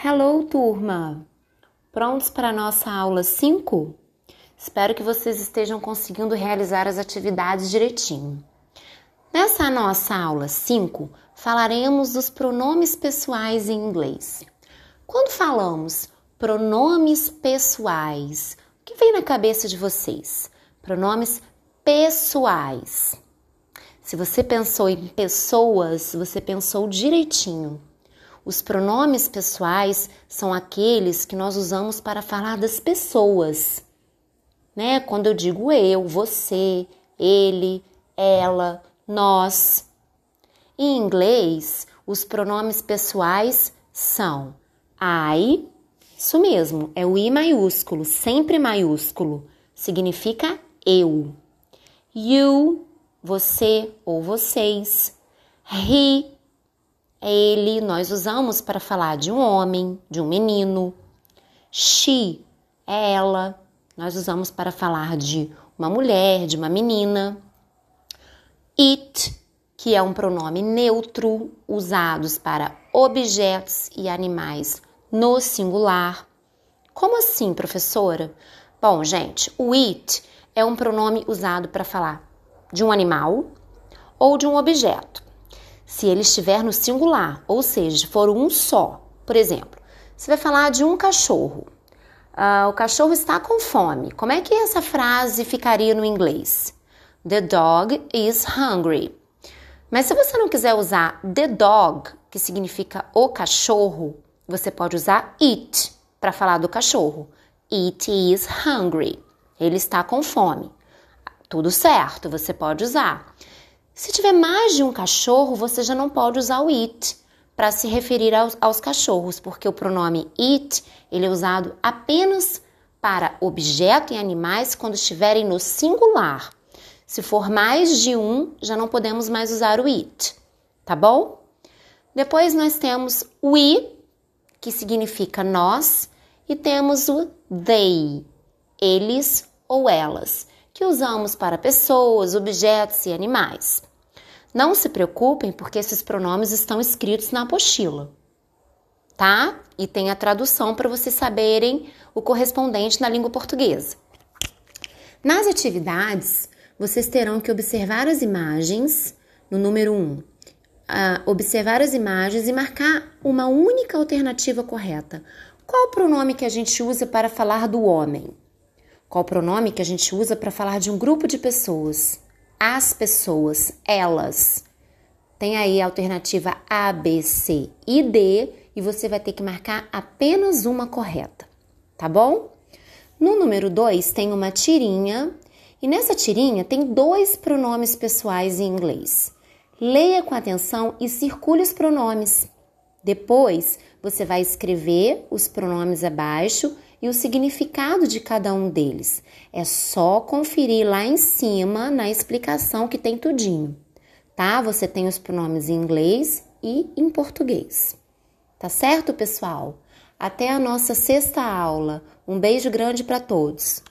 Hello, turma! Prontos para a nossa aula 5? Espero que vocês estejam conseguindo realizar as atividades direitinho. Nessa nossa aula 5, falaremos dos pronomes pessoais em inglês. Quando falamos pronomes pessoais, o que vem na cabeça de vocês? Pronomes pessoais. Se você pensou em pessoas, você pensou direitinho. Os pronomes pessoais são aqueles que nós usamos para falar das pessoas, né? Quando eu digo eu, você, ele, ela, nós. Em inglês, os pronomes pessoais são I, isso mesmo, é o I maiúsculo, sempre maiúsculo, significa eu. You, você ou vocês. He, ele, nós usamos para falar de um homem, de um menino. She, é ela, nós usamos para falar de uma mulher, de uma menina. It, que é um pronome neutro, usados para objetos e animais no singular. Como assim, professora? Bom, gente, o it é um pronome usado para falar de um animal ou de um objeto. Se ele estiver no singular, ou seja, for um só. Por exemplo, você vai falar de um cachorro. O cachorro está com fome. Como é que essa frase ficaria no inglês? The dog is hungry. Mas se você não quiser usar the dog, que significa o cachorro, você pode usar it para falar do cachorro. It is hungry. Ele está com fome. Tudo certo, você pode usar. Se tiver mais de um cachorro, você já não pode usar o it para se referir aos cachorros, porque o pronome it ele é usado apenas para objeto e animais quando estiverem no singular. Se for mais de um, já não podemos mais usar o it, tá bom? Depois nós temos we, que significa nós, e temos o they, eles ou elas, que usamos para pessoas, objetos e animais. Não se preocupem, porque esses pronomes estão escritos na apostila, tá? E tem a tradução para vocês saberem o correspondente na língua portuguesa. Nas atividades, vocês terão que observar as imagens, no número 1, observar as imagens e marcar uma única alternativa correta. Qual o pronome que a gente usa para falar do homem? Qual o pronome que a gente usa para falar de um grupo de pessoas? As pessoas, elas. Tem aí a alternativa A, B, C e D e você vai ter que marcar apenas uma correta, tá bom? No número 2 tem uma tirinha e nessa tirinha tem 2 pronomes pessoais em inglês. Leia com atenção e circule os pronomes. Depois você vai escrever os pronomes abaixo e o significado de cada um deles. É só conferir lá em cima na explicação que tem tudinho, tá? Você tem os pronomes em inglês e em português. Tá certo, pessoal? Até a nossa 6ª aula. Um beijo grande para todos.